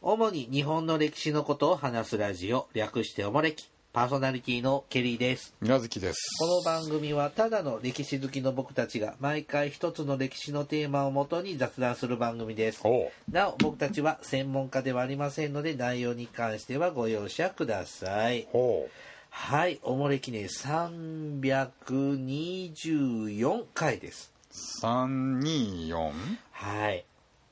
主に日本の歴史のことを話すラジオ、略しておもれき。パーソナリティのケリーです。 宮月です。 この番組はただの歴史好きの僕たちが毎回一つの歴史のテーマをもとに雑談する番組です。なお僕たちは専門家ではありませんので、内容に関してはご容赦ください。はい、おもれきね324回です。 324？ はい。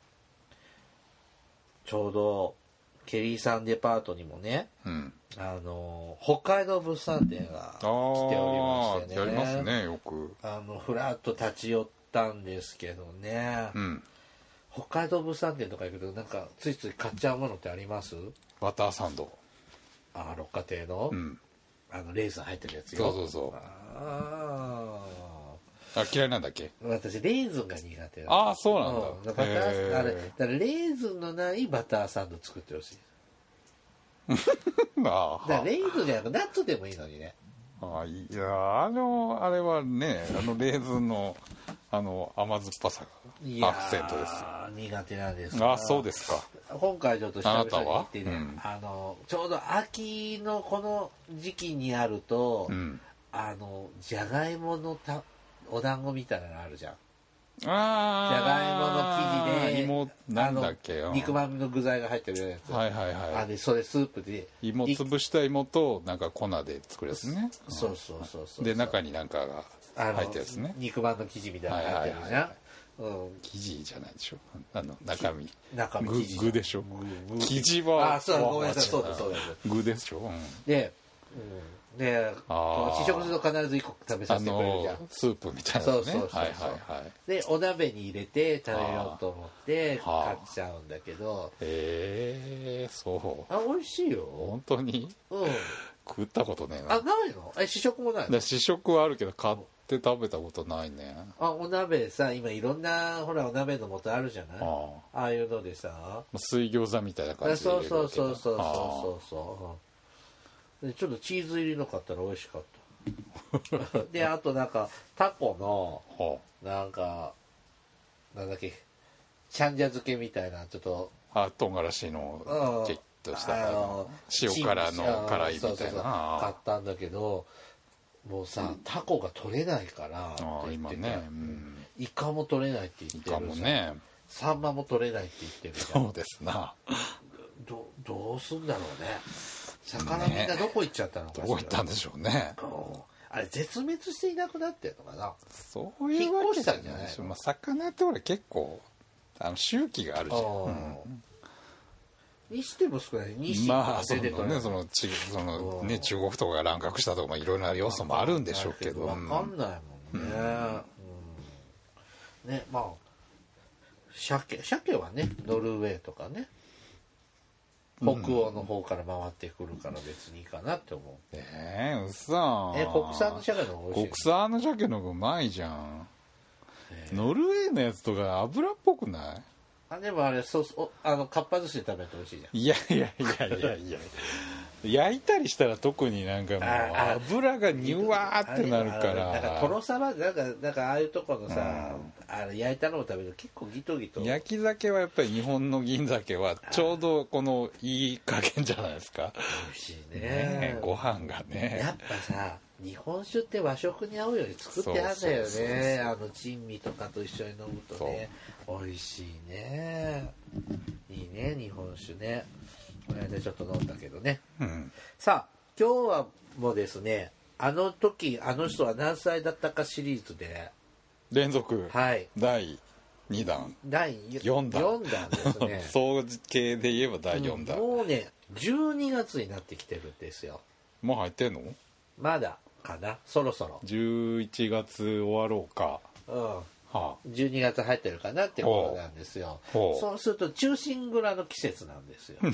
ちょうどケリーさんデパートにもね、北海道物産展が来ておりましてね。 やりますね、よく。 ふらっと立ち寄ったんですけどね。北海道物産展とか行くとなんかついつい買っちゃうものってあります？ バターサンド。 六花亭の、レーズン入ってるやつよ。 そう。嫌いなんだっけ？ 私レーズンが苦手だ。 そうなんだ。 バターだからレーズンのないバターサンド作ってほしい。だからレーズンじゃなくナッツでもいいのにね。 いやあれはね、レーズンの甘酸っぱさがアクセントですよ。 苦手なんです。 そうですか。 今回ちょっと久々に行ってね、ちょうど秋のこの時期にあると、じゃがいものお団子みたいなのあるじゃん。じゃがいもの生地で芋なんだっけ、 肉まんの具材が入ってるやつ。それスープで芋潰した芋となんか粉で作るやつね。 そうで中になんかが入ってるやつね。 肉まんの生地みたいなのが入ってるじゃん。 生地じゃないでしょ、中身生地具でしょ。生地はごめんなさい、そうです具でしょ。 で試食すると必ず1個食べさせてくれるじゃん。 スープみたいなね。そうでお鍋に入れて食べようと思って買っちゃうんだけど、 そう美味しいよ。 本当に？食ったことねえな。 ないの？試食もないの？ 試食はあるけど買って食べたことないね。 お鍋さ、今いろんなほらお鍋の素あるじゃない。ああいうのでさ、 水餃子みたいな感じで入れるけど。 そうちょっとチーズ入りの買ったら美味しかったで、あとなんかタコのなんだっけ、ちゃんじゃ漬けみたいな、ちょっと唐辛子のチェッとした塩辛の辛いみたいな買ったんだけど、もうさ、タコが取れないから今ね、 イカも取れないって言ってる。 イカもね、 サンマも取れないって言ってる。 そうですな。 どうすんだろうね。魚みんなどこ行っちゃったのかしら。 どこ行ったんでしょうね。 あれ絶滅していなくなってるのかな。 そういうわけじゃないでしょ。魚ってほら結構周期があるじゃん。 にしても少ない。にしても出てこない。その中国とかが乱獲したとかいろいろな要素もあるんでしょうけど。 わかんないもんね。鮭はね、ノルウェーとかね。北欧の方から回ってくるから別にいいかなって思う。 うそ。 国産の鮭の方が美味しい。 国産の鮭の方がうまいじゃん。ノルウェーのやつとか油っぽくない？ でもあれかっぱ寿司で食べると美味しいじゃん。 いや焼いたりしたら特になんかもう油がニュワーってなるから。 なんかトロサバなんかああいうところのさ、焼いたのを食べると結構ギトギト。 焼き鮭はやっぱり日本の銀鮭はちょうどこのいい加減じゃないですか。 美味しいね。 ご飯がね。 やっぱさ、日本酒って和食に合うように作ってあるんだよね。珍味とかと一緒に飲むとね、美味しいね。いいね、日本酒ね。この間ちょっと飲んだけどね。さあ、今日はもうですね、あの時あの人は何歳だったかシリーズで連続、第2弾第4弾ですね。 総計で言えば第4弾、 もうね12月になってきてるんですよ。 もう入ってんの？ まだかな、そろそろ 11月終わろうか。 12月入ってるかなっていうことなんですよ。そうすると忠臣蔵の季節なんですよ。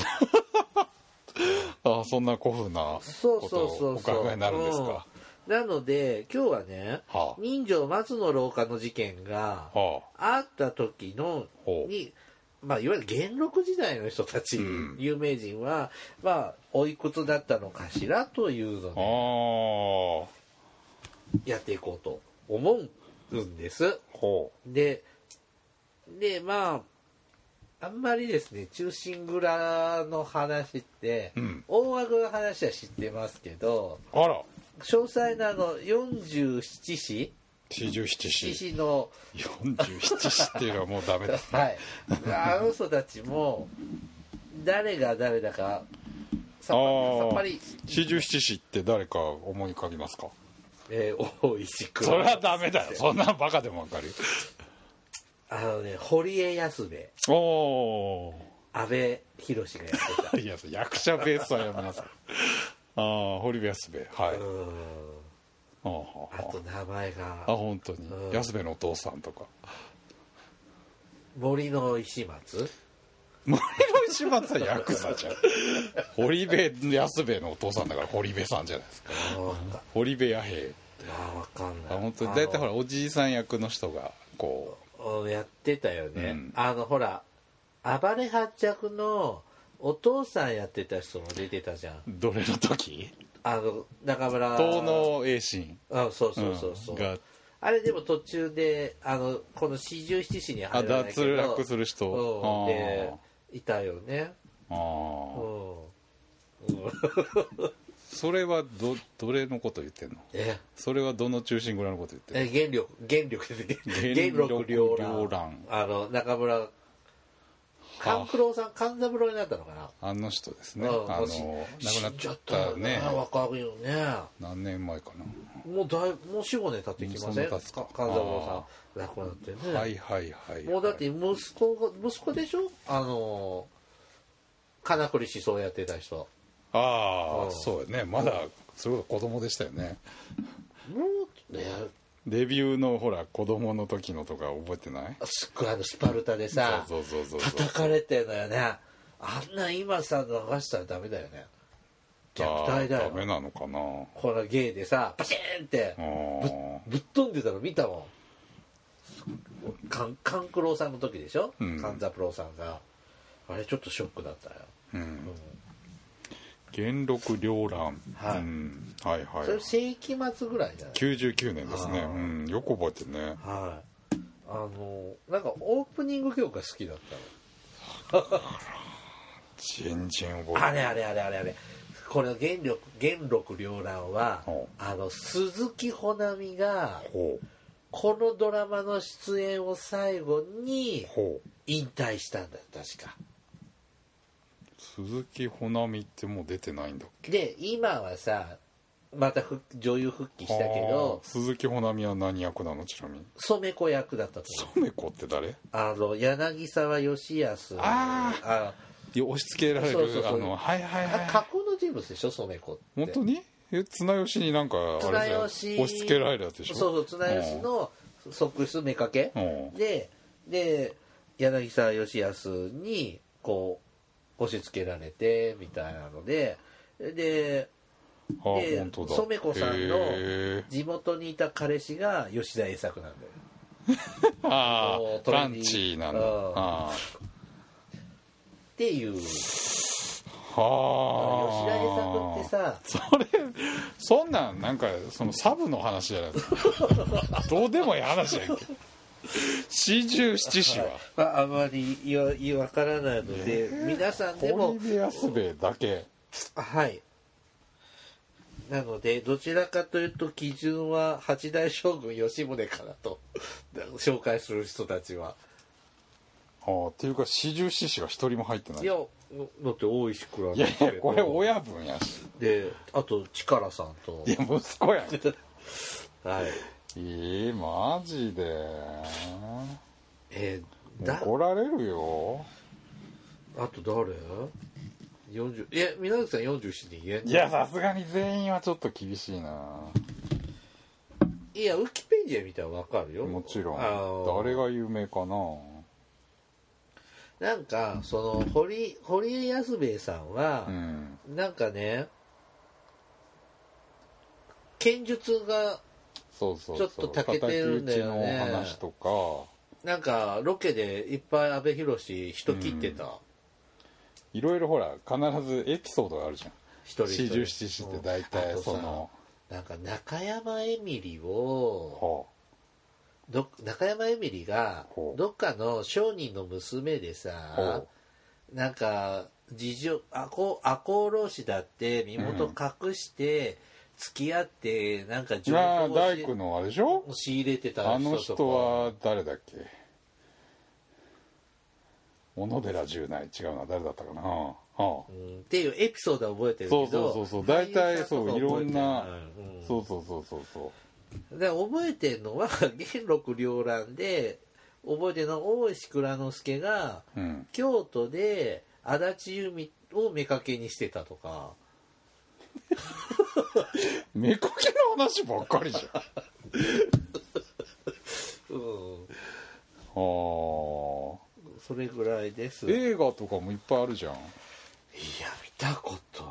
そんな古風なことをお考えになるんですか。 なので今日はね、人情松の廊下の事件があった時のに、いわゆる元禄時代の人たち、有名人はおいくつだったのかしらというのでやっていこうと思うんです。であんまりですね忠臣蔵の話って、 うん、 大枠の話は知ってますけど、 あら詳細な47史 47 史の 47史っていうのはもうダメですねはいあの人たちも誰が誰だかさっぱり 47史って誰か思い浮かびますか？ 大石君。 それはダメだよ、そんなバカでもわかるよ。 堀江安兵衛、 お阿部寛がやってたいや役者ベースはやめなさい堀部安兵衛、はい、 あと名前が本当に安兵衛のお父さんとか森の石松森の石松はヤクザじゃん堀部安兵衛のお父さんだから堀部さんじゃないですか堀部弥平分かんない本当に大体ほらおじいさん役の人がこうやってたよね、ほら暴れ発着のお父さんやってた人も出てたじゃん。 どれの時？ 中村遠野栄心そう、あれでも途中でこの47史に入らないけど脱落する人でいたよね。 それはどれのこと言ってんの？それはどの忠臣蔵のこと言ってんの？ 元力ですね。元禄両乱。中村勘九郎さん、勘三郎になったのかな。 あの人ですね。亡くなっちゃったね。 若いよね。 何年前かな。 もう4、5年経ってきません？勘三郎さん亡くなってね。 はいもうだって息子でしょ？金栗思想やってた人。 そうやね。まだそれこそ子供でしたよね。 もうね。 デビューのほら子供の時のとか覚えてない？ スパルタでさ叩かれてんのよね。あんな今さ流したらダメだよね。虐待だよ。 ダメなのかな。 この芸でさパチーンってぶっ飛んでたの見たもん。勘九郎さんの時でしょ、勘三郎さんが。あれちょっとショックだったよ。 元禄両乱、はいそれ世紀末ぐらいじゃない ？99年ですね。よく覚えてるね。 なんかオープニング曲が好きだったの。 全然覚えてない。 あれこれ元禄両乱は鈴木保奈美がこのドラマの出演を最後に引退したんだよ確か。 鈴木保奈美ってもう出てないんだっけ？ で今はさまた女優復帰したけど。 鈴木保奈美は何役なの？ちなみに染子役だったと思う。染子って誰？ 柳沢義康。 押し付けられる架空の人物でしょ染子って。 本当に？綱吉になんかあれ押し付けられるやつでしょ。 そう綱吉の側室妾で柳沢義康にこう押し付けられてみたいなので染子さんの地元にいた彼氏が吉田栄作なんだよ。 トランチーなんだ。 っていう。吉田栄作ってさそんなんかそのサブの話じゃないですか。どうでもいい話やんけ。47史はあまり分からないので、皆さんでも堀部安兵衛だけ。 はいなのでどちらかというと基準は八代将軍吉宗かなと紹介する人たちは。 っていうか47史は一人も入ってない。 いやだって大石蔵。 いやこれ親分やし。 であと力さんと。 いや息子やん。 はい。 マジで。怒られるよ。 あと誰？40皆さん47人言えんの？ いやさすがに全員はちょっと厳しいな。 いやウィキペディア見たら分かるよ。 もちろん。誰が有名かな。 なんかその堀江安兵衛さんは、なんかね剣術がちょっと長けてるんだよね。 の話とかなんかロケでいっぱい阿部寛人切ってた。 いろいろほら必ずエピソードがあるじゃん。47史って大体そのなんか中山エミリを中山エミリがほうどっかの商人の娘でさほなんか赤穂浪士だって身元隠して付き合ってなんか情ああ報を大工のあれでしょ。 仕入れてたあの人とか人は誰だっけ。小野寺十内違うな、誰だったかな、はあ、 っていうエピソードは覚えてるけどそう大体そういろんな、 うんそうそうで覚えてるのは元禄両乱で覚えてるのは大石内蔵助がうん京都で足立由美を妾にしてたとか目かけの話ばっかりじゃんうんあそれぐらいですいや映画とかもいっぱいあるじゃん。 見たこと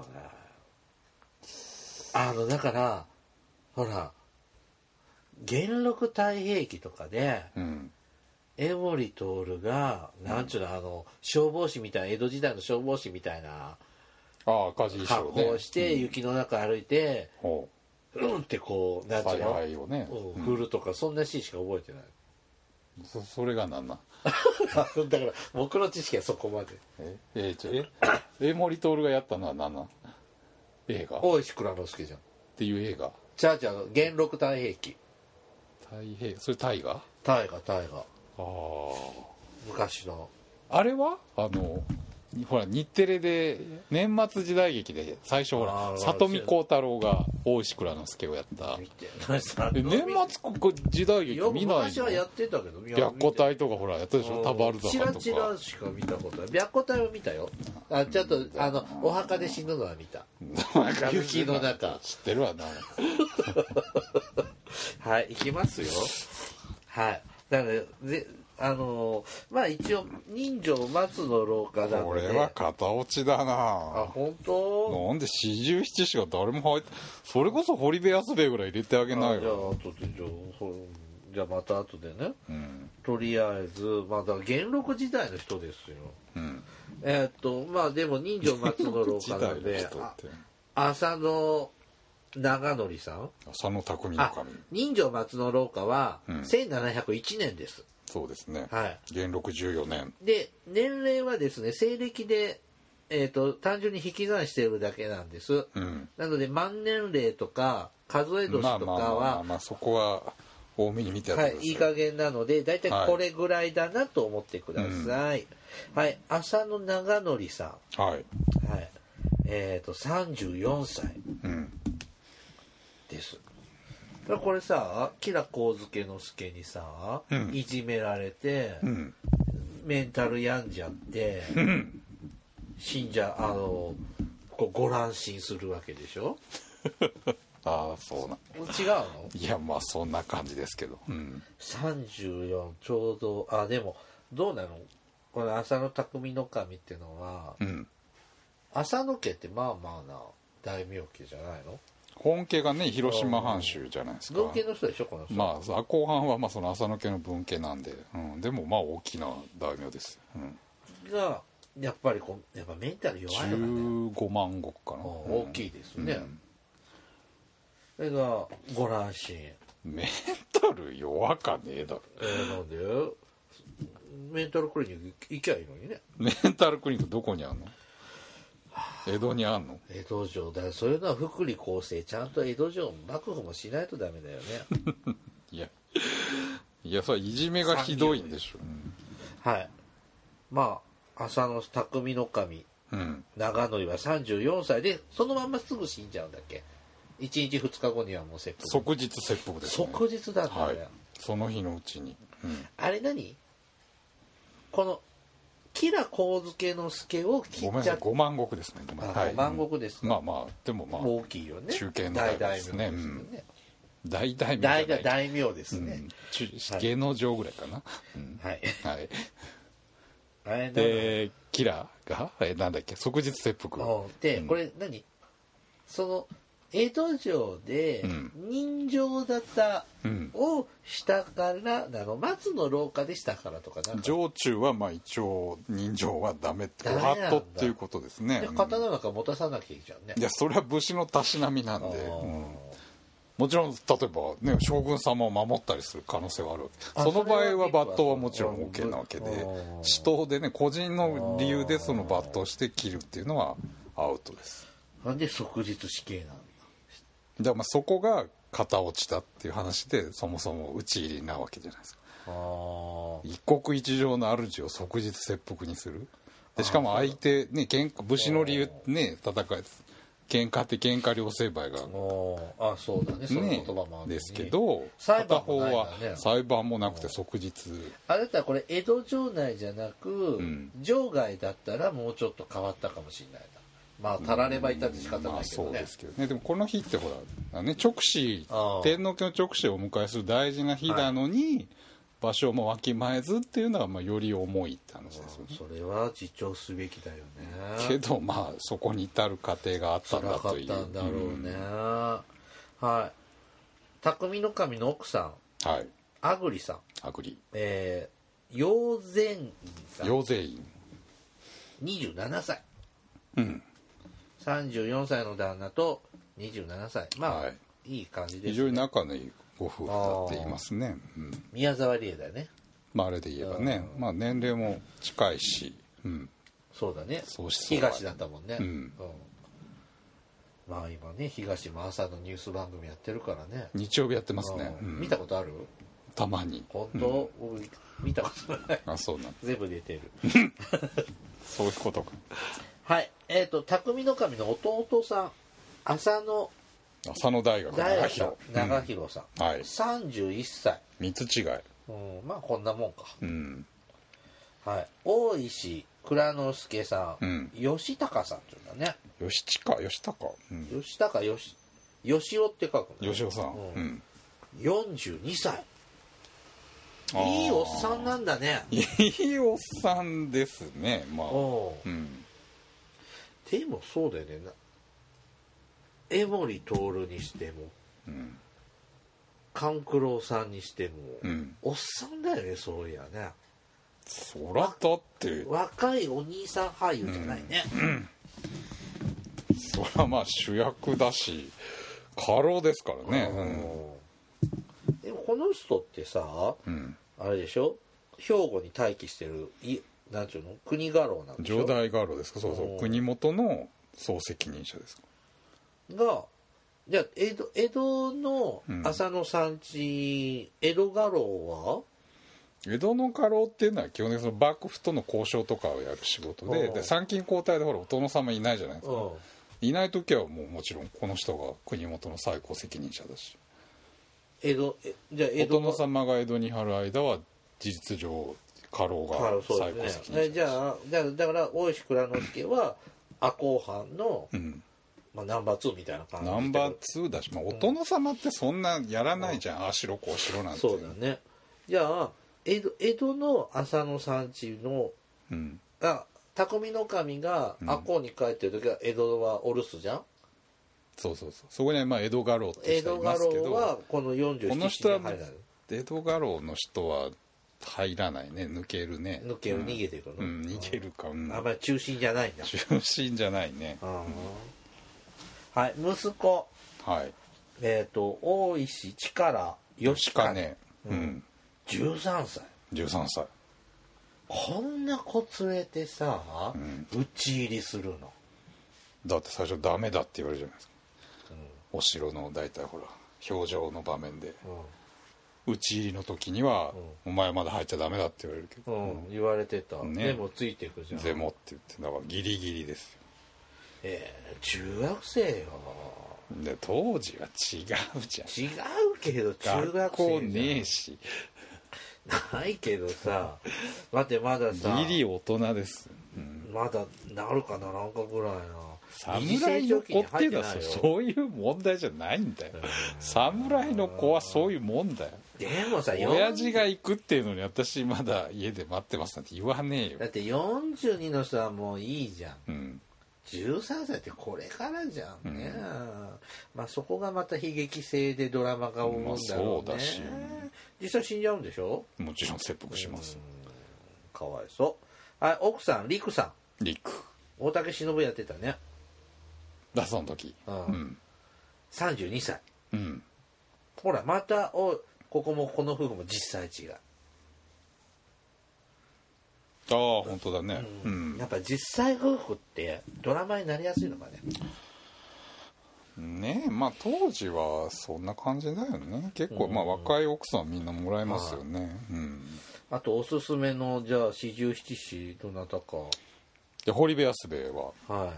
ないだからほら元禄太平記とかでうん江守徹がなんちゅうの消防士みたいな江戸時代の消防士みたいなああ火事衣格装ね好をして雪の中歩いてほうんってこうなんちゅう采の配をね、 振るとかそんなシーンしか覚えてないそれがなんなんだから僕の知識はそこまで江守徹がやったのは何なん映画っ大石内蔵助じゃんていう映画。 じゃあ元禄太平記それ大河。 大河あ昔のあれはほら日テレで年末時代劇で最初ほら里見光太郎が大石内蔵助をやった見て年末時代劇見ない昔はやの。 ってたけど白虎隊とかほらやったでしょ。タバルチラチ坂とかラしか見たことない白虎隊は見たよちょっとお墓で死ぬのは見た雪の中知ってるわな。 はい行きますよはいだからまあ一応人情松の廊下なのでこれは片落ちだあな。 本当なんで四十七士が誰も入って、それこそ堀部安兵衛ぐらい入れてあげないじゃあよ。 後でじゃあまた後でねうんとりあえずまあだから元禄時代の人ですようん。 まあでも人情松の廊下なの時代ので人って浅野長則さん浅野匠の神。 人情松の廊下はうん 1701年です、 そうですね。 はい元禄14年。 で年齢はですね西暦で、単純に引き算しているだけなんですうん。 なので万年齢とか数え年とかはそこは多めに見てやってください。 いい加減なのでだいたいこれぐらいだなと思ってくださいはい、浅野長則さんはい。 はい34歳うん。 ですこれさ吉良上野介にさ、 うんいじめられて、 うん。 メンタル病んじゃって、 うん。 死んじゃこうご乱心するわけでしょああ、そうな。 違うのいや、まあそんな感じですけど。うん。 34ちょうどでもどうなのこの浅野匠の神っていうのはうん。 浅野家ってまあまあな大名家じゃないの本家がね、広島藩主じゃないですか。 文家の人でしょこの人まあ後半はまあその浅野家の分家なんで、うん、でもまあ大きな大名ですよ、うん、 がやっぱりやっぱメンタル弱いのがね 15万石かな、 大きいですね、 うんそれがご乱心メンタル弱かねえだろ。 なんでメンタルクリニック行きゃいいのにねメンタルクリニックどこにあんの？江戸にあんの？ 江戸城だからそういうのは福利厚生ちゃんと江戸城幕府もしないとダメだよねいやそれいじめがひどいんでしょ。 はいまあ浅野匠の神うん長則は34歳でそのまますぐ死んじゃうんだっけ1日2日後にはもう切腹即日切腹ですね。 即日だったね、 はい、その日のうちに、 あれ何この吉良上野介を切ごめんなさいっちゃった 5万石ですね。 5万石ですか、 まあまあでもまあ大きいよね中堅の大名ですね。大大名じゃない大名ですね、 芸能上ぐらいかな、 はいはいあれでキラがなんだっけ即日切腹で、これ何その江戸城で人情だったをしたから松の廊下でしたからとかなんか城中はまあ一応人情はダメってごダメなんだ法度っていうことですね。 刀なんか持たさなきゃいいじゃんねいやそれは武士のたしなみなんで、 もちろん例えばね将軍様を守ったりする可能性はあるわけ。その場合は抜刀はもちろん OK なわけで、私刀でね個人の理由でその抜刀して切るっていうのはアウトです。 なんで即日死刑なんだ。 だからまあそこが型落ちたっていう話でそもそも討ち入りなわけじゃないですか。一国一城の主を即日切腹にする。でしかも相手ね武士の理由ね戦い喧嘩って喧嘩両成敗がそうだね、その言葉もある、ね、 ですけど片方は裁判もなくて即日あれだったらこれ江戸城内じゃなく、城外だったらもうちょっと変わったかもしれないな。まあたらればいたって仕方ないけどね、まあ、 そうですけどね。でもこの日ってほらね直視天皇家の直視をお迎えする大事な日なのに、はい、場所もわきまえずっていうのがまあより重いって話ですよね。 それは自重すべきだよね。 けどまあそこに至る過程があったんだという。 辛かったんだろうね、はい。匠の神の奥さん、はい、あぐりさん、 あぐり、 陽善院さん、 陽善院 27歳、 うん 34歳の旦那と27歳、まあ、はい、いい感じですね。 非常に仲のいいご夫婦だって言いますね、うん、 宮沢りえだよね。 まああれで言えばね、まあ年齢も近いし、うん、 そうだね。 そう東だったもんね、 うんうん、 まあ今ね東も朝のニュース番組やってるからね。 日曜日やってますね、 うん、見たことある？ たまに。 本当、うん、見たことない。 あ、そうなん全部出てるそういうことか。 はい、匠の神の弟さん浅野大学長弘さん、はい、31歳 3つ違い、 まあこんなもんか、はい、大石蔵之介さん、吉高さんっていうんだね。 吉高、 吉尾って書くの、吉尾さん、 42歳。いいおっさんなんだね。 いいおっさんですね。まあ、 でもそうだよね。江守徹にしても、勘九郎さんにしても、おっさんだよね、そういやね。 そらだって若いお兄さん俳優じゃないね、 そらまあ主役だし過労ですからね、 でもこの人ってさ、あれでしょ、兵庫に待機してるなんていうの、国家老なんでしょ。 城代家老ですか。そうそう、国元の総責任者ですか。 がじゃあ江戸の浅野さんち、江戸家老は江戸の家老っていうのは基本的にその幕府との交渉とかをやる仕事で、参勤交代でほらお殿様いないじゃないですか。いない時はもちろんこの人が国元の最高責任者だし、 じゃあお殿様が江戸にいる間は事実上家老が最高責任者、 じゃあだから大石蔵之介は赤穂藩の、まあ、ナンバー2みたいな感じで、 ナンバー2だし、まあ、お殿様ってそんなやらないじゃん、ああしろこうしろなんて。 そうだね。じゃあ江戸の浅野さんちの、匠の神が赤穂に帰ってる時は江戸はお留守じゃん。 そうそこにはまあ江戸家老って人いますけど、 江戸家老はこの47 この人は江戸家老の人は入らないね、抜ける、 逃げていくの、 逃げるか、 あんまり中心じゃないんだ。 中心じゃないね、 はい、息子、 はい、 大石力義兼、13歳。こんな子連れてさ、討ち入りするの。 だって最初ダメだって言われるじゃないですか、お城の大体ほら表情の場面で、討ち入りの時には、お前まだ入っちゃダメだって言われるけど、 言われてた、でもついていくじゃん。 ゼモって言ってだからギリギリですよ。 中学生よ。 で当時は違うじゃん。 違うけど中学生学校ねえしないけどさ、待ってまださギリ大人です、 まだなるかならんかぐらいな。 侍の子っていうのはそういう問題じゃないんだよ。侍の子はそういうもんだよ。 でもさ、 親父が行くっていうのに私まだ家で待ってますなんて言わねえよ。 だって42の人はもういいじゃん、13歳ってこれからじゃんね、まあそこがまた悲劇性でドラマが生むんだろうね、 そうだし実際死んじゃうんでしょ。 もちろん切腹します。 かわいそう。はい、奥さん陸さん。大竹しのぶやってたね。 その時、 32歳、 ほらまたここもこの夫婦も実際違う。 ああ本当だね、 やっぱ実際夫婦ってドラマになりやすいのかね。 ねえ、まあ当時はそんな感じだよね。結構まあ若い奥さんみんなもらえますよね。 あとおすすめのじゃあ四十七士どなたか。 で堀部安兵衛は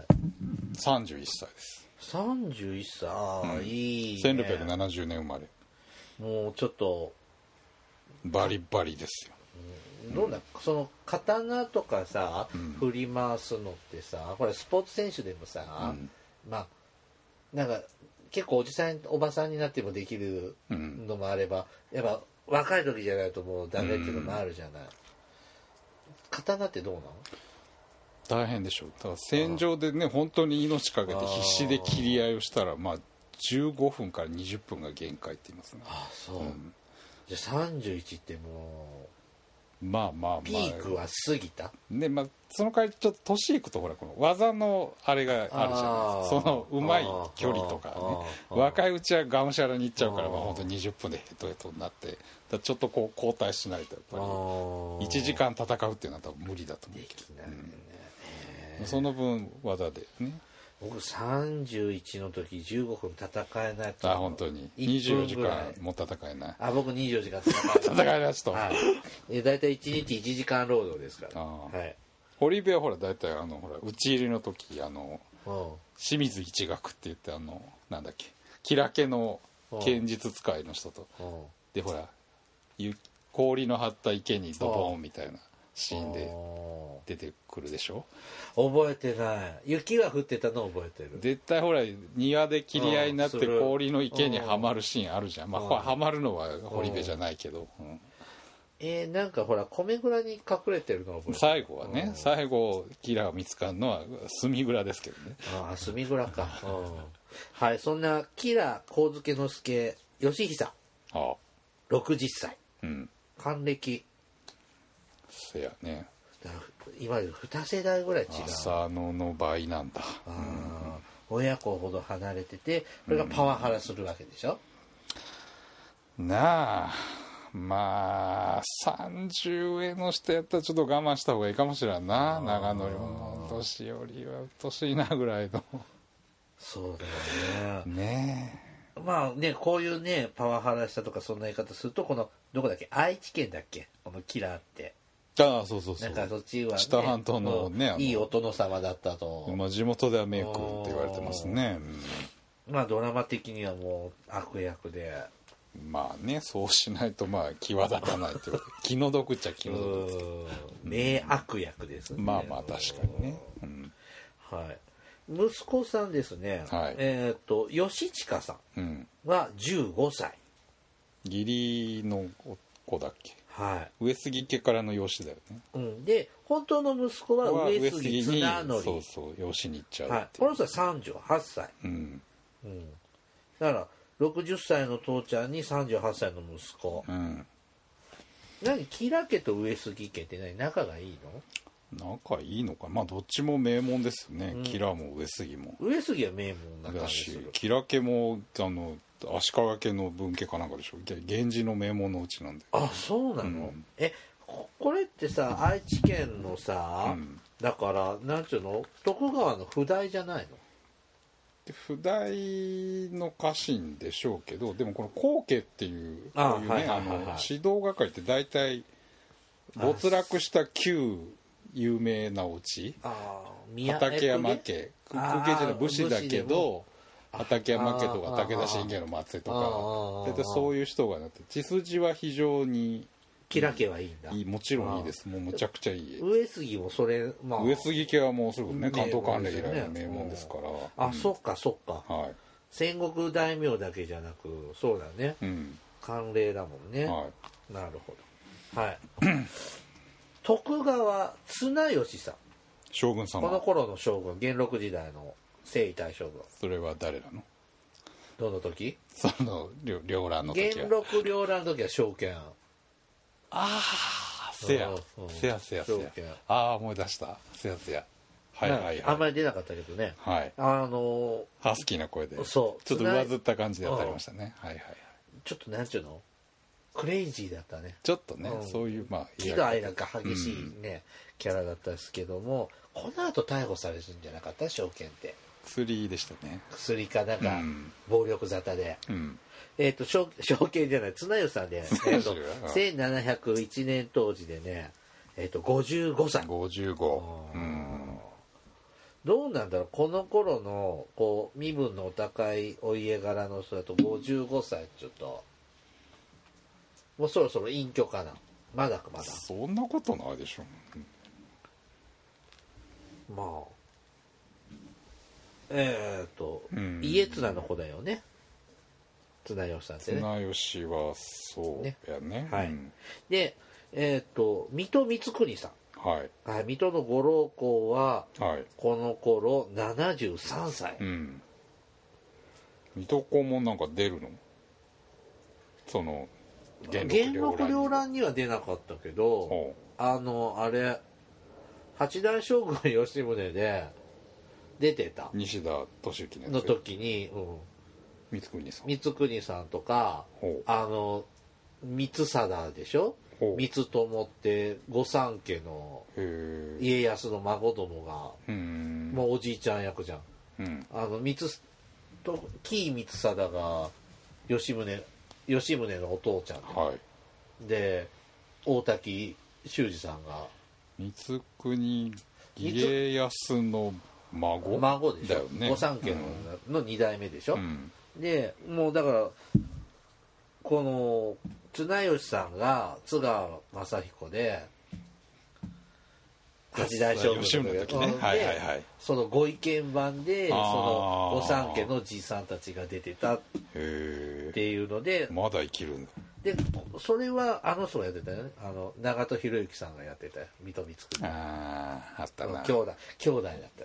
31歳です。 31歳、ああ、いいね。 1670年生まれ。 もうちょっとバリバリですよ。 どうだ、その刀とかさ、振り回すのってさ、これスポーツ選手でもさ、まあなんか結構おじさんおばさんになってもできるのもあれば、やっぱ若い時じゃないともうダメっていうのもあるじゃない。刀ってどうなの？ 大変でしょう。だから戦場でね本当に命かけて必死で切り合いをしたらまあ15分から20分が限界って言いますね。 ああそう、じゃあ31ってもうまあまあまあピークは過ぎたね。まあその代わりちょっと年いくとほらこの技のあれがあるじゃないですか。そのうまい距離とかね、若いうちはがむしゃらにいっちゃうからまあ本当に20分でヘトヘトになって、だちょっとこう交代しないとやっぱり1時間戦うっていうのは多分無理だと思うけど、その分技でね。 僕31の時15分戦えないと。 あ本当に24時間も戦えない。 あ僕24時間戦えない人、 はい、だいたい1日1時間労働ですから。はい、 堀部はほら大体ほら打ち入りの時清水一学って言ってなんだっけキラケの剣術使いの人とでほら氷の張った池にドボンみたいなシーンで出てくるでしょ。 覚えてない。雪は降ってたの覚えてる。 絶対ほら庭で切り合いになって氷の池にはまるシーンあるじゃん。まあはまるのは堀部じゃないけど、 なんかほら米蔵に隠れてるの覚えてる。 最後はね、最後キラが見つかるのは墨蔵ですけどね。 ああ墨蔵か、はい。そんなキラ上野之助義久60歳、還暦せやね。 いわゆる2世代ぐらい違う。 浅野の倍なんだ。 親子ほど離れてて、これがパワハラするわけでしょ。 なあまあ30上の人やったらちょっと我慢した方がいいかもしれんな。長野よりも年寄りはうっとしいなぐらいの。 そうだよね。 ねえまあねこういうねパワハラしたとかそんな言い方するとこのどこだっけ愛知県だっけこのキラーって。 ああそうそうそう。 なんかそっちは、ね、 知多半島のねいいお殿様だったと。 まあ地元ではメイクって言われてますね。 まあドラマ的にはもう悪役で。 まあねそうしないとまあ際立たないっていう気の毒っちゃ気の毒。 名悪役ですね。 まあまあ確かにね。 はい。息子さんですね。はい。義親さんは15歳。 義理の子だっけ。 はい。 上杉家からの養子だよね。 で本当の息子は上杉綱則。 そうそう養子に行っちゃう。 はい。この人は38歳。だから60歳の父ちゃんに38歳の息子。何キラ家と上杉家って何仲がいいの？仲いいのか。まあどっちも名門ですよね。キラも上杉も。 上杉は名門な感じする。 キラ家も足利家の分家かなんかでしょ。源氏の名門のうちなんで。 あそうなの？これってさ愛知県のさ、だからなんちゅうの徳川の譜代じゃないの？ 譜代の家臣でしょうけど、でもこの後家っていうこういうね指導係って大体没落した旧有名なお家、畠山家公家じゃない武士だけど畠山家とか武田信玄の末裔とか大体そういう人がなって血筋は非常にキラ家はいいんだ。 もちろんいいです。もうむちゃくちゃいい。 上杉もそれ、 上杉家はもうすぐね関東関連以来の名門ですから。 そっかそっか。戦国大名だけじゃなくそうだね。慣例だもんね。なるほど。はい。徳川綱吉さん。 将軍様。 この頃の将軍元禄時代の征夷大将軍。 それは誰なの？ どの時？ その両乱の時は。 元禄両乱の時は証券。 せやああ思い出したせやあんまり出なかったけどね。 ハスキーな声でちょっと上ずった感じで当たりましたね。 ちょっとなんちゅうのクレイジーだったね。 ちょっとね、 うん、 そういうまあ喜怒哀楽が激しいね、キャラだったんですけども、この後逮捕されるんじゃなかった？証券って薬でしたね。 薬かなんか暴力沙汰で、証券じゃない綱吉さんで、1701年当時でね、55歳。 55。 どうなんだろう、この頃のこう身分のお高いお家柄の人だと55歳ちょっともうそろそろ隠居かな。まだそんなことないでしょ。 まあ家綱の子だよね、綱吉さんってね。 綱吉はそうやね。 はい。で水戸光圀さん、はい、水戸のご老公は、この頃73歳。 水戸黄門なんか出るの？その元禄両乱には出なかったけど、あれ八代将軍吉宗で出てた西田敏行の時に、 光圀さんとか光貞でしょ。光友って御三家の家康の孫どもがもうおじいちゃん役じゃん。紀伊光貞が吉宗のお父ちゃんで、大滝修二さんが光圀家康の孫でしょ、御三家の2代目でしょ。でもうだからこの綱吉さんが津川雅彦で八代将軍の時ね、そのご意見番でその御三家のじいさんたちが出てたっていうので、 まだ生きるんだ。 でそれはあの人がやってたよね、長門博之さんがやってたよ、水戸光圀。 あったな。 兄弟だったよ。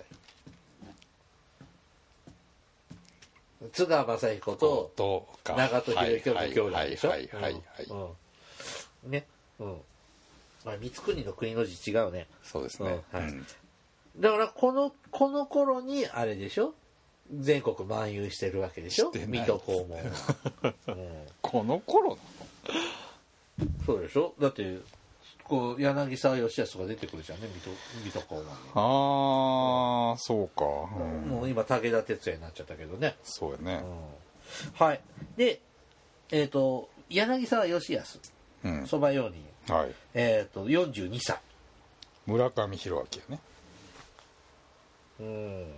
津川雅彦と長門博之の兄弟でしょ。ね、光圀の国の字違うね。 そうですね。 だからこの頃にあれでしょ、全国漫遊してるわけでしょ、水戸黄門は。 この頃なの？ そうでしょ。だってこう柳沢義康が出てくるじゃんね、水戸黄門に。 そうか。 もう今武田鉄矢になっちゃったけどね。 そうやね。 はい。で柳沢義康、そば用人、42歳。 村上弘明やね。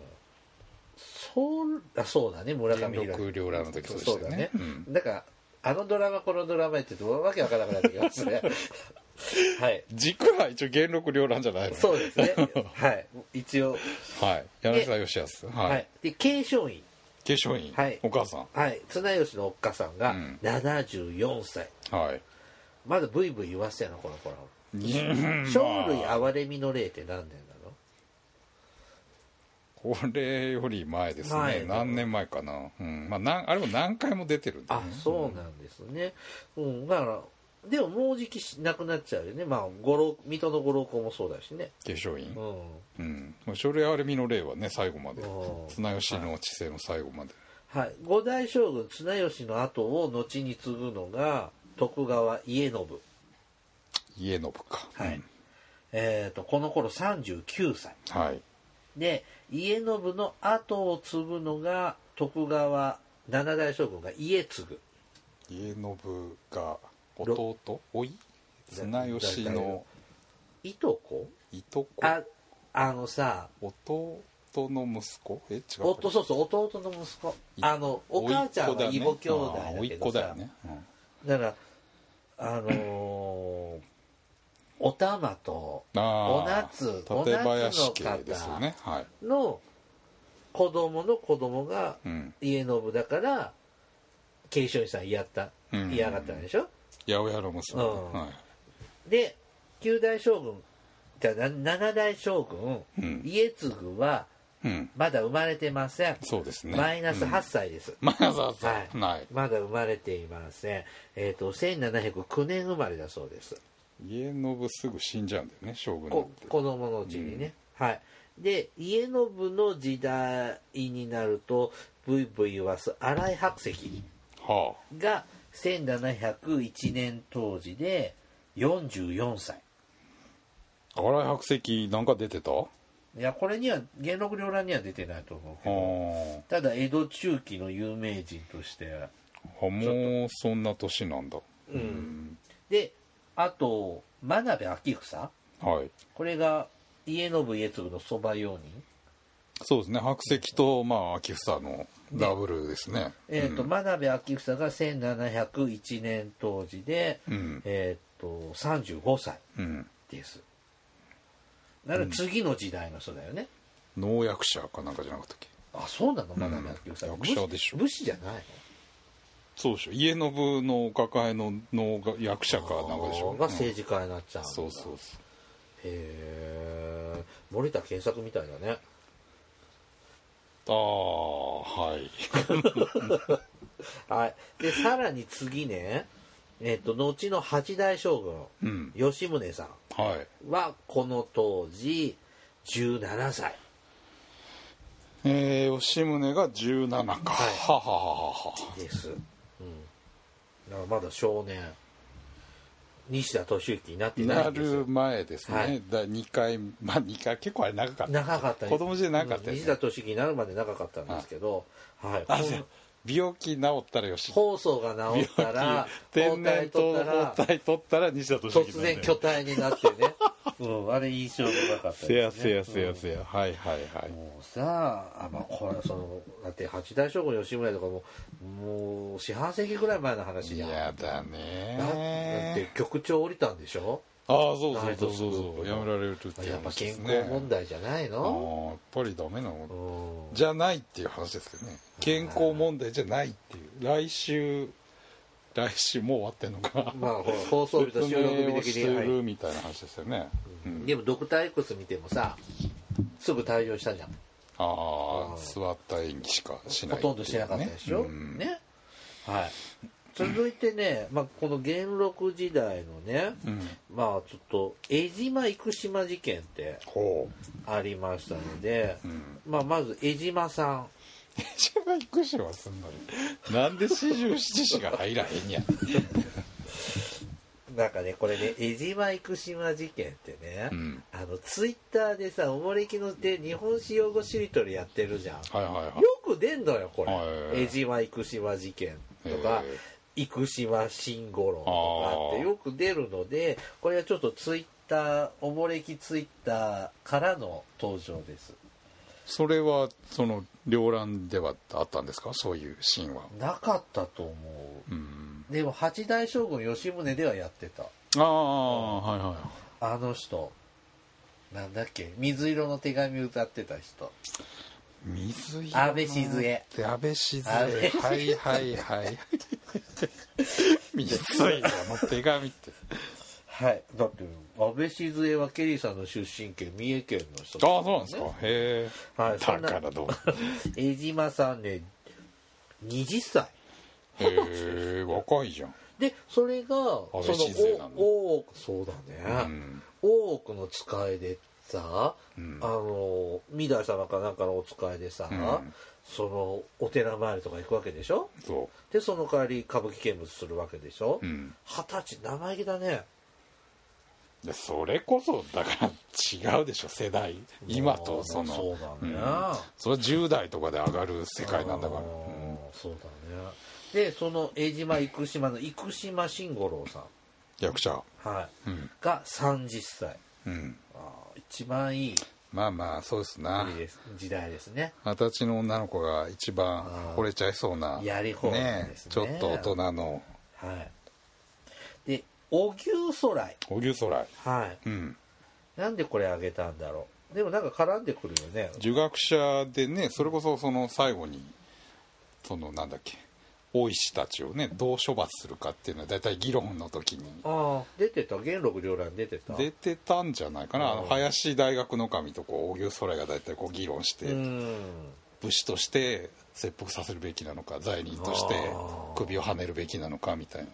そうだね、村上弘明。 元禄両乱の時そうだね。だからあのドラマこのドラマやっててわけわからなくなってきますね。はい。 軸は一応元禄両乱じゃないの？ そうですね。はい。一応。 はい。柳沢義康。 はい。で慶昌院。 はい。お母さん。 はい。綱吉のおっかさんが74歳。 はい。 まだブイブイ言わせやな、この頃。生類憐れみの霊って何年なの？ これより前ですね。何年前かな。あれも何回も出てるんだね。 そうなんですね。だからでももうじきなくなっちゃうよね。水戸のご老公もそうだしね。 慶昌院。生類憐れみの霊はね、最後まで。綱吉の治世の最後まで。 はい。五代将軍綱吉の後を後に継ぐのが徳川家信。 家信か。 はい。この頃39歳。 はい。 で家信の後を継ぐのが徳川七代将軍が家継。 家信が弟おい綱吉のいとこさ弟の息子違うそう弟の息子お母ちゃんは異母兄弟だけどさ、だからお玉とお夏の方の子供の子供が家信だから慶昌院さん嫌がったんでしょ。 八百屋の娘。 で9代将軍じゃ7代将軍、家継はまだ生まれてません。 そうですね。 マイナス8歳です。 マイナス8歳。 まだ生まれていません。1709年生まれだそうです。 家信すぐ死んじゃうんだよね、将軍子供のうちにね。はい。で家信の時代になるとブイブイ言わす新井白石が 1701年当時で44歳。 新井白石なんか出てた？ いやこれには元禄両乱には出てないと思うけど、ただ江戸中期の有名人としてもうそんな年なんだ。 であと真鍋昭房、 はい、 これが家宣家継のそば用人。 そうですね、白石と昭房のダブルですね。 真鍋昭房が1701年当時で、35歳です。だから次の時代の人だよね。 能役者かなんかじゃなかったっけ？ あ、そうなの？真鍋昭房、 役者でしょ。 武士じゃないの？ そうでしょ。家宣の抱えの能が役者かなんかでしょ。 が政治家になっちゃうんだ。 そうそうそう。 へえ、森田健作みたいだね。 はい。 はい。でさらに次ね、後の八代将軍、吉宗さんはこの当時17歳。 吉宗が17か。ははははです。だからまだ少年。西田敏行になってないんですよ。 なる前ですね。はい、2回結構あれ長かった。 長かった。 子供時代長かったよね。 西田敏行になるまで長かったんですけど、はい。 病気治ったらよし。 放送が治ったら、 天然痘の包帯取ったら西田敏行。 突然巨体になってね。あれ印象深かったですね。 せや。はいはいはい。 もうさこれだって八代将軍吉宗とかもう四半世紀ぐらい前の話じゃん。 やだね。 だって局長降りたんでしょ。 そうやめられるとってやっぱ健康問題じゃないの？ やっぱりダメなのじゃないっていう話ですけどね。健康問題じゃないっていう。来週もう終わってんのか。 放送日と収録日的にしてるみたいな話ですよね。 でもドクター X 見てもさ、すぐ退場したじゃん。 座った演技しかしない、 ほとんどしてなかったでしょ。ね。はい。続いてね、この元禄時代のね、ちょっと江島生島事件ってありましたので、まず江島さん。 江島生島すんのになんで四十七士が入らへんやん。 なんかねこれね江島生島事件ってね、ツイッターでさおもれきので日本史用語しりとりやってるじゃん。よく出んのよこれ。江島生島事件とか生島慎五郎とかってよく出るので、これはちょっとツイッターおもれきツイッターからの登場です。 それはその両乱ではあったんですか？そういうシーンはなかったと思う。でも八代将軍吉宗ではやってた。あの人なんだっけ、水色の手紙歌ってた人。 水色安倍静江。 安倍静江。はい水色の手紙ってはい。だって安倍静江はケリーさんの出身県三重県の人、 ね。そうなんですか。へえ。 はい。 だからどう。 江島さんね20歳。 へえ、若いじゃん。 でそれが安倍静江なんだ。 そうだね。大奥の使いでさ、御台様かなんかのお使いでさ、そのお寺参りとか行くわけでしょ。でその代わり歌舞伎見物するわけでしょ。20歳生意気だね。 それこそだから違うでしょ世代。今とそのそうだね。 それは10代とかで上がる世界なんだから。 そうだね。でその江島生島の生島慎五郎さん役者が30歳。一番いい。 そうですな。 時代ですね。 20歳の女の子が一番惚れちゃいそうな。 やり放題ですね。 ちょっと大人の。 で荻生空来。 荻生空来。 はい。なんでこれあげたんだろう。でもなんか絡んでくるよね。 儒学者でね、それこそその最後にそのなんだっけ。大石たちをねどう処罰するかっていうのはだいたい議論の時に出てた。元禄両乱出てたんじゃないかな。林大学の神と荻生空来がだいたい議論して武士として切腹させるべきなのか罪人として首をはねるべきなのかみたいな。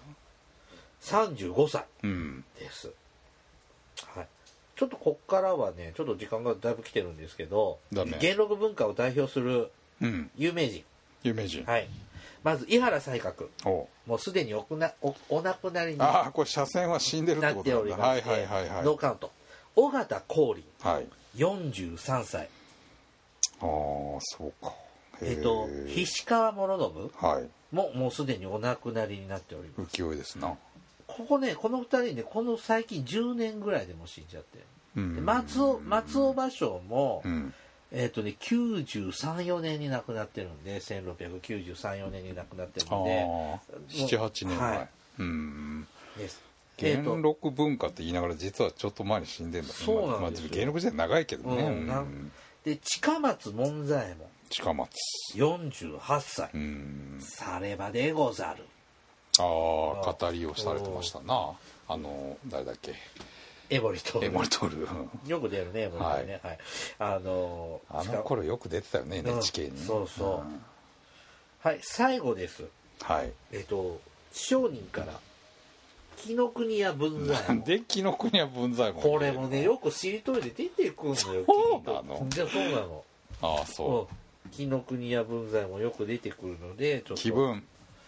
35歳です、はい。ちょっとこっからはねちょっと時間がだいぶ来てるんですけど、元禄文化を代表する有名人、 有名人、 はい、 まず井原西鶴、 おもうすでにお亡くなりにああこれ車線は死んでるってなっことなんだ。 ておりまして、 はいはいはいはい。 ノーカウント。尾形光琳、 はい。 43歳。 ああそうか。 菱川諸信はい。 ももうすでにお亡くなりになっております。 浮世絵ですな。 ここね、この2人ね、この最近10年ぐらいでもう死んじゃってる。で松尾芭蕉も、93、4年に亡くなってるんで、1693、4年に亡くなってるんで、 7、8年前。 はい、です。 元禄文化って言いながら実はちょっと前に死んでんだ。 そうなんですよ。 元禄時代長いけどね。 で近松門左衛門、 近松 48歳。さればでござる。 ああ語りをされてましたな。誰だっけ、 江守徹。よく出るね、江守徹ね。はい。あの頃よく出てたよね、NHK に。 そうそう。はい、最後です。 はい。 商人から紀ノ国屋文左衛門。 なんで紀ノ国屋文左衛門。 これもね、よくしりとりで出てくるのよ。 そうなの。 じゃあそうなの。 ああそう。 紀ノ国屋文左衛門よく出てくるので、ちょっと。 気分。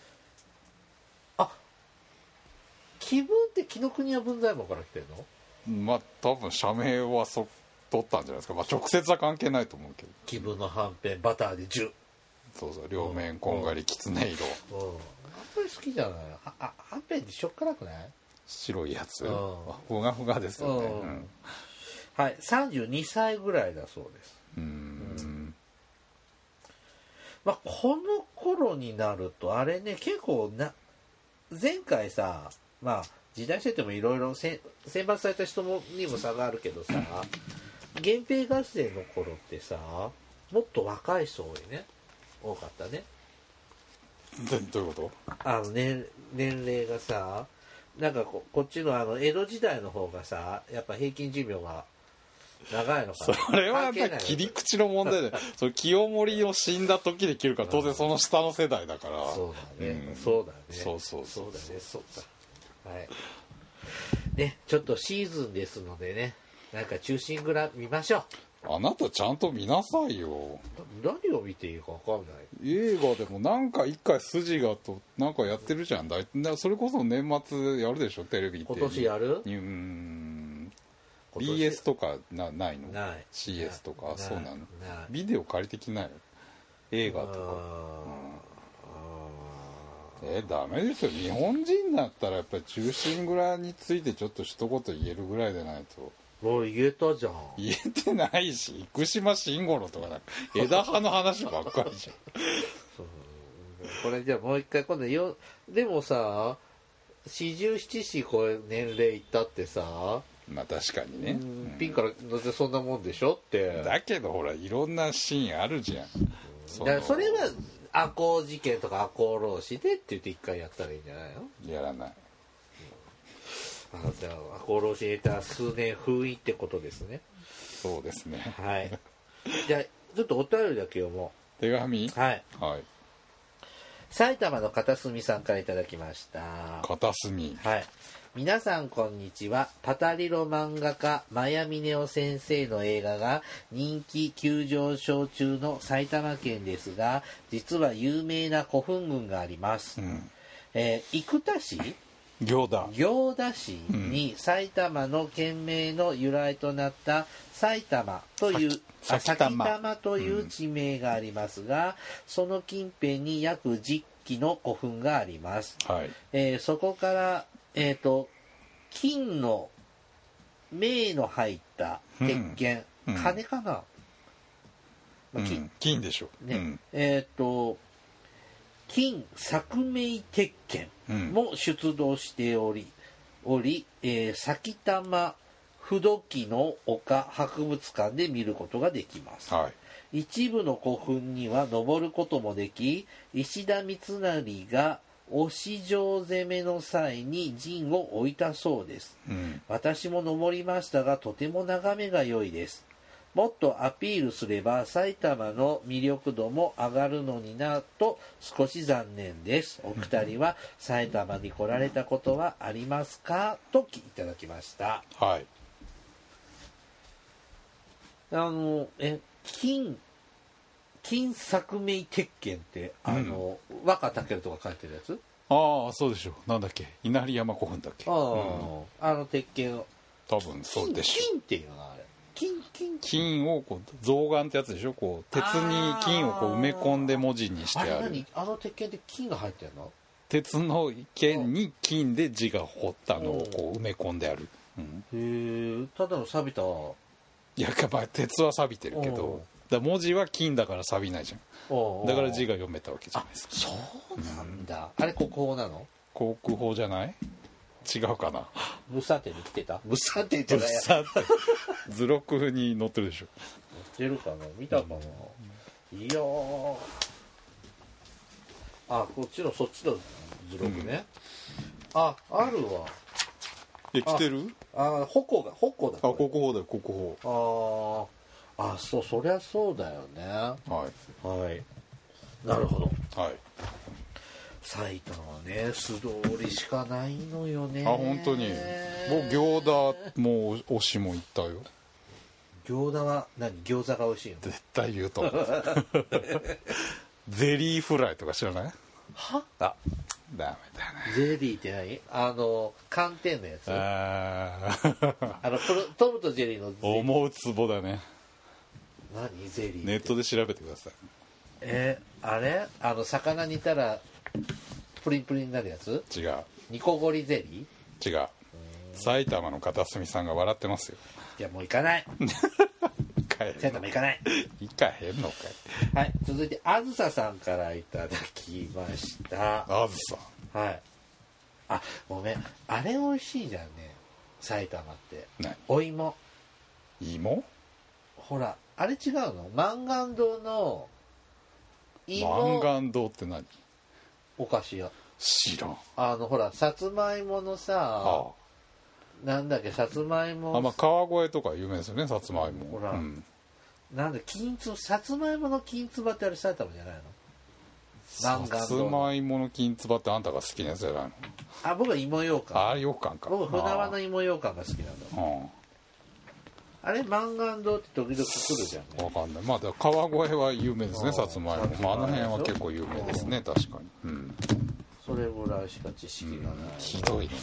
気分って紀ノ国屋文左衛門から来てるの？ まあ多分社名は取ったんじゃないですか。まあ直接は関係ないと思うけど。 気分のはんぺんバターで10。 そうそう、両面こんがりきつね色。 あんまり好きじゃない。はんぺんってしょっからくない？ 白いやつ。ふがふがですよね。 はい、32歳ぐらいだそうです。まあこの頃になるとあれね、結構前回さ、まあ時代設定もいろいろ選抜された人にも差があるけどさ、源平合戦の頃ってさ、もっと若い人多かったね。 どういうこと？ 年齢がさ、なんかこっちの江戸時代の方がさ、やっぱ平均寿命が長いのかな。 それは切り口の問題でそれ清盛を死んだ時で切るから当然その下の世代だから。 そうだね、そうだね、そうだね、そうか。はいね、ちょっとシーズンですのでね、なんか忠臣蔵見ましょう。 あなたちゃんと見なさいよ。 何を見ていいか分かんない。 映画でもなんか一回筋がとなんかやってるじゃん。それこそ年末やるでしょ、テレビって。 今年やる BS とかないの？ ない。 CS とか。そうなの。ビデオ借りてきなよ、映画とか。ダメですよ。日本人だったらやっぱり忠臣蔵についてちょっと一言言えるぐらいでないと。 もう言えたじゃん。 言えてないし、生島慎吾郎とかなんか枝葉の話ばっかりじゃん。 これじゃあもう一回今度でもさ、47歳これ年齢いったってさ、 まあ確かにね、 ピンからだってそんなもんでしょって。だけどほらいろんなシーンあるじゃん。 それは赤穂事件とか赤穂浪士でって言って一回やったらいいんじゃないの？ やらない。 じゃあ赤穂浪士入れた数年封印ってことですね。 そうですね。 はい。じゃあちょっとお便りだけ読もう。手紙？ はい。 はい。 埼玉の片隅さんからいただきました。 片隅。 はい。皆さんこんにちは。パタリロ漫画家マヤミネオ先生の映画が人気急上昇中の埼玉県ですが、実は有名な古墳群があります。生田市、行田市に埼玉の県名の由来となった埼玉という埼玉という地名がありますが、その近辺に約10基の古墳があります。 はい。 そこから金の銘の入った鉄剣、金かな、 金でしょう、 ね。金作銘鉄剣も出土しており、埼玉不土器の丘博物館で見ることができます。 はい、 一部の古墳には登ることもでき、石田三成が押城攻めの際に陣を置いたそうです。私も登りましたが、とても眺めが良いです。もっとアピールすれば埼玉の魅力度も上がるのになと少し残念です。お二人は埼玉に来られたことはありますかといただきました。 はい。 金作名鉄拳って和歌武とか書いてるやつ。 ああそうでしょ。なんだっけ、稲荷山古墳だっけ。 鉄拳多分そうでしょ。 金っていうのはあれ金をこう象眼ってやつでしょ。こう鉄に金をこう埋め込んで文字にしてある。 あれ何、鉄拳って金が入ってるの。 鉄の剣に金で字が彫ったのをこう埋め込んである、 へえ。ただの錆びた。 いやまあ鉄は錆びてるけど、だ文字は金だから錆びないじゃん。だから字が読めたわけじゃないですか。 そうなんだ、あれ国宝なの。 国宝じゃない？違うかな。 物産展に来てた。物産展じゃないや。 図録に載ってるでしょ。 載ってるかな、見たかな、いやー、こっちのそっちの図録ね、あるわ。 来てる？ 矛だ。 国宝だよ、国宝。 そりゃそうだよね。はいなるほど。 はい。 埼玉ね、素通りしかないのよね。 本当に。僕行田も推しも行ったよ。 行田は餃子が美味しいの？ 絶対言うと思う。ゼリーフライとか知らない？ は？ ダメだね。 ゼリーって何？寒天のやつ？トムとジェリーの思うツボだね。 何ゼリーって？ ネットで調べてください。 あれ魚煮たらプリンプリンになるやつ？ 違う。 ニコゴリゼリー？違う。埼玉の片隅さんが笑ってますよ。 いやもう行かない。埼玉行かない。 行かへんのかい。 はい、続いてあずささんからいただきました。 あずさん。 はい。ごめん、あれ美味しいじゃんね、埼玉って。 何？ お芋。 芋？ ほらあれ違うの？満願堂の満願堂って何？ お菓子屋。 知らん。 ほらさつまいものさ、なんだっけ、さつまいも、 川越とか有名ですよね、さつまいも。 ほら、なんださつまいもの金つばってあれ埼玉じゃないの？ さつまいもの金つばってあんたが好きなやつじゃないの？ 僕は芋ようかん。 羊羹か。 僕船輪の芋ようかんが好きなんだ。あれ満願堂って時々来るじゃんね。 わかんない。だから川越は有名ですね、さつまいも。あの辺は結構有名ですね、確かに。 それぐらいしか知識がない。 ひどいね。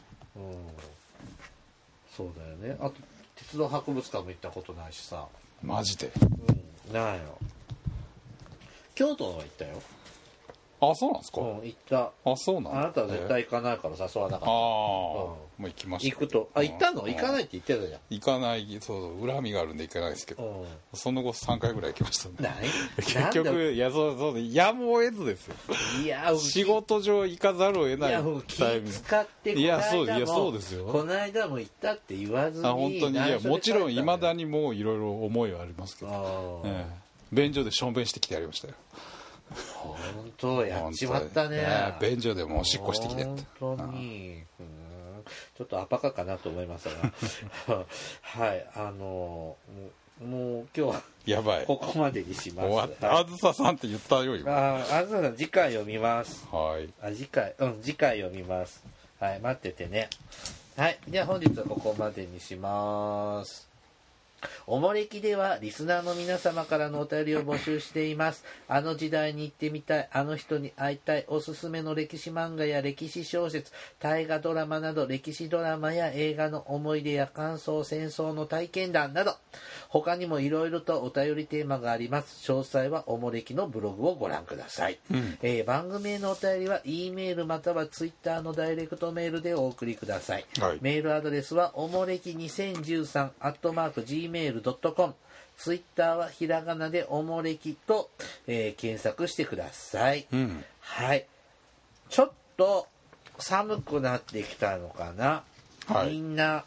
そうだよね。あと鉄道博物館も行ったことないしさ。 マジで？ ないよ。京都のは行ったよ。 そうなんですか？ 行った。 そうなんだ。 あなたは絶対行かないから誘わなかった。 もう行きました。 行くと行ったの？行かないって言ってたじゃん。 行かない。そう恨みがあるんで行かないですけど、その後3回ぐらい行きましたね。結局やむを得ずですよ。 いや仕事上行かざるを得ない。 気使ってそうですよ。 この間も行ったって言わずに。 本当に。もちろんいまだにもういろいろ思いはありますけど、便所でしょんべんしてきてやりましたよ。 本当やっちまったね。 便所でもおしっこしてきてって。 本当にちょっとアパカかなと思いますがはいもう今日はやばい、 ここまでにします。 終わった。あずささんって言ったよ今。 あずささん次回読みます。次回読みます。はい、待っててね。はい、では本日はここまでにします。おもれきではリスナーの皆様からのお便りを募集しています。あの時代に行ってみたい、あの人に会いたい、おすすめの歴史漫画や歴史小説、大河ドラマなど歴史ドラマや映画の思い出や感想、戦争の体験談など他にもいろいろとお便りテーマがあります。詳細はおもれきのブログをご覧ください。番組へのお便りは E メールまたは Twitter のダイレクトメールでお送りください。メールアドレスはおもれき2013@gmail.com、ツイッターはひらがなでおもれきと、検索してください。はい。ちょっと寒くなってきたのかな。みんな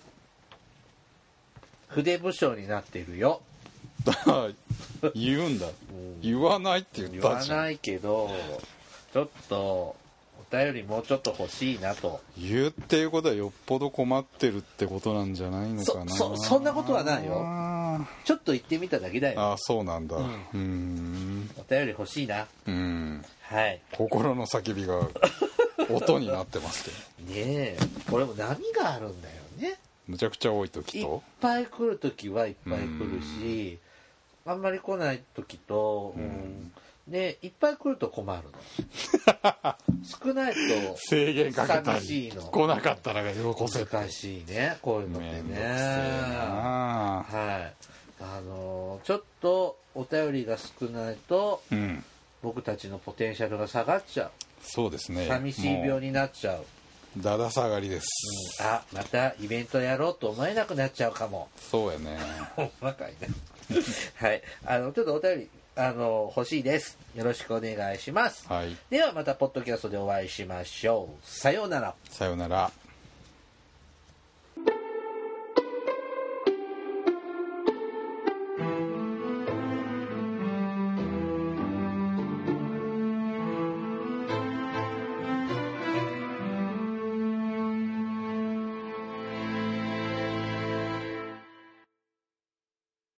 筆武将になってるよ。 言うんだ。言わないって言ったじゃん。 言わないけどちょっとお便りもうちょっと欲しいなと。 言うっていうことはよっぽど困ってるってことなんじゃないのかな。 そんなことはないよ。ちょっと言ってみただけだよ。 そうなんだ。お便り欲しいな。はい。 心の叫びが音になってますけどねえ、これも波があるんだよね。 むちゃくちゃ多い時といっぱい来る時はいっぱい来るし、 あんまり来ない時と、でいっぱい来ると困るの少ないと制限かけた寂しいの、 り来なかったらよこせって難しいねこういうのってね。 めんどくせえな。 はいちょっとお便りが少ないと、僕たちのポテンシャルが下がっちゃう。 そうですね、 寂しい病になっちゃう。 だだ下がりです、 あまたイベントやろうと思えなくなっちゃうかも。 そうやねほんまかいねはいちょっとお便り欲しいです。よろしくお願いします。 はい、 ではまたポッドキャストでお会いしましょう。さようなら。 さようなら。